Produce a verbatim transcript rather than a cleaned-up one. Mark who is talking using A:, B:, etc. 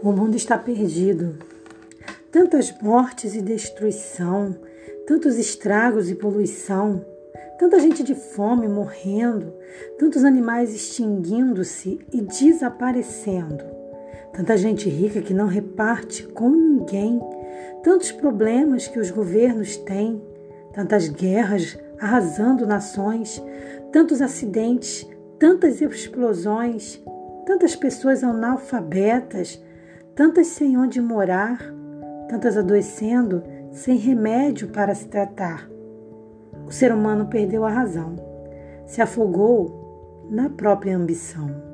A: O mundo está perdido. Tantas mortes e destruição, tantos estragos e poluição, tanta gente de fome morrendo, tantos animais extinguindo-se e desaparecendo, tanta gente rica que não reparte com ninguém, tantos problemas que os governos têm, tantas guerras arrasando nações, tantos acidentes, tantas explosões, tantas pessoas analfabetas, tantas sem onde morar, tantas adoecendo sem remédio para se tratar. O ser humano perdeu a razão, se afogou na própria ambição.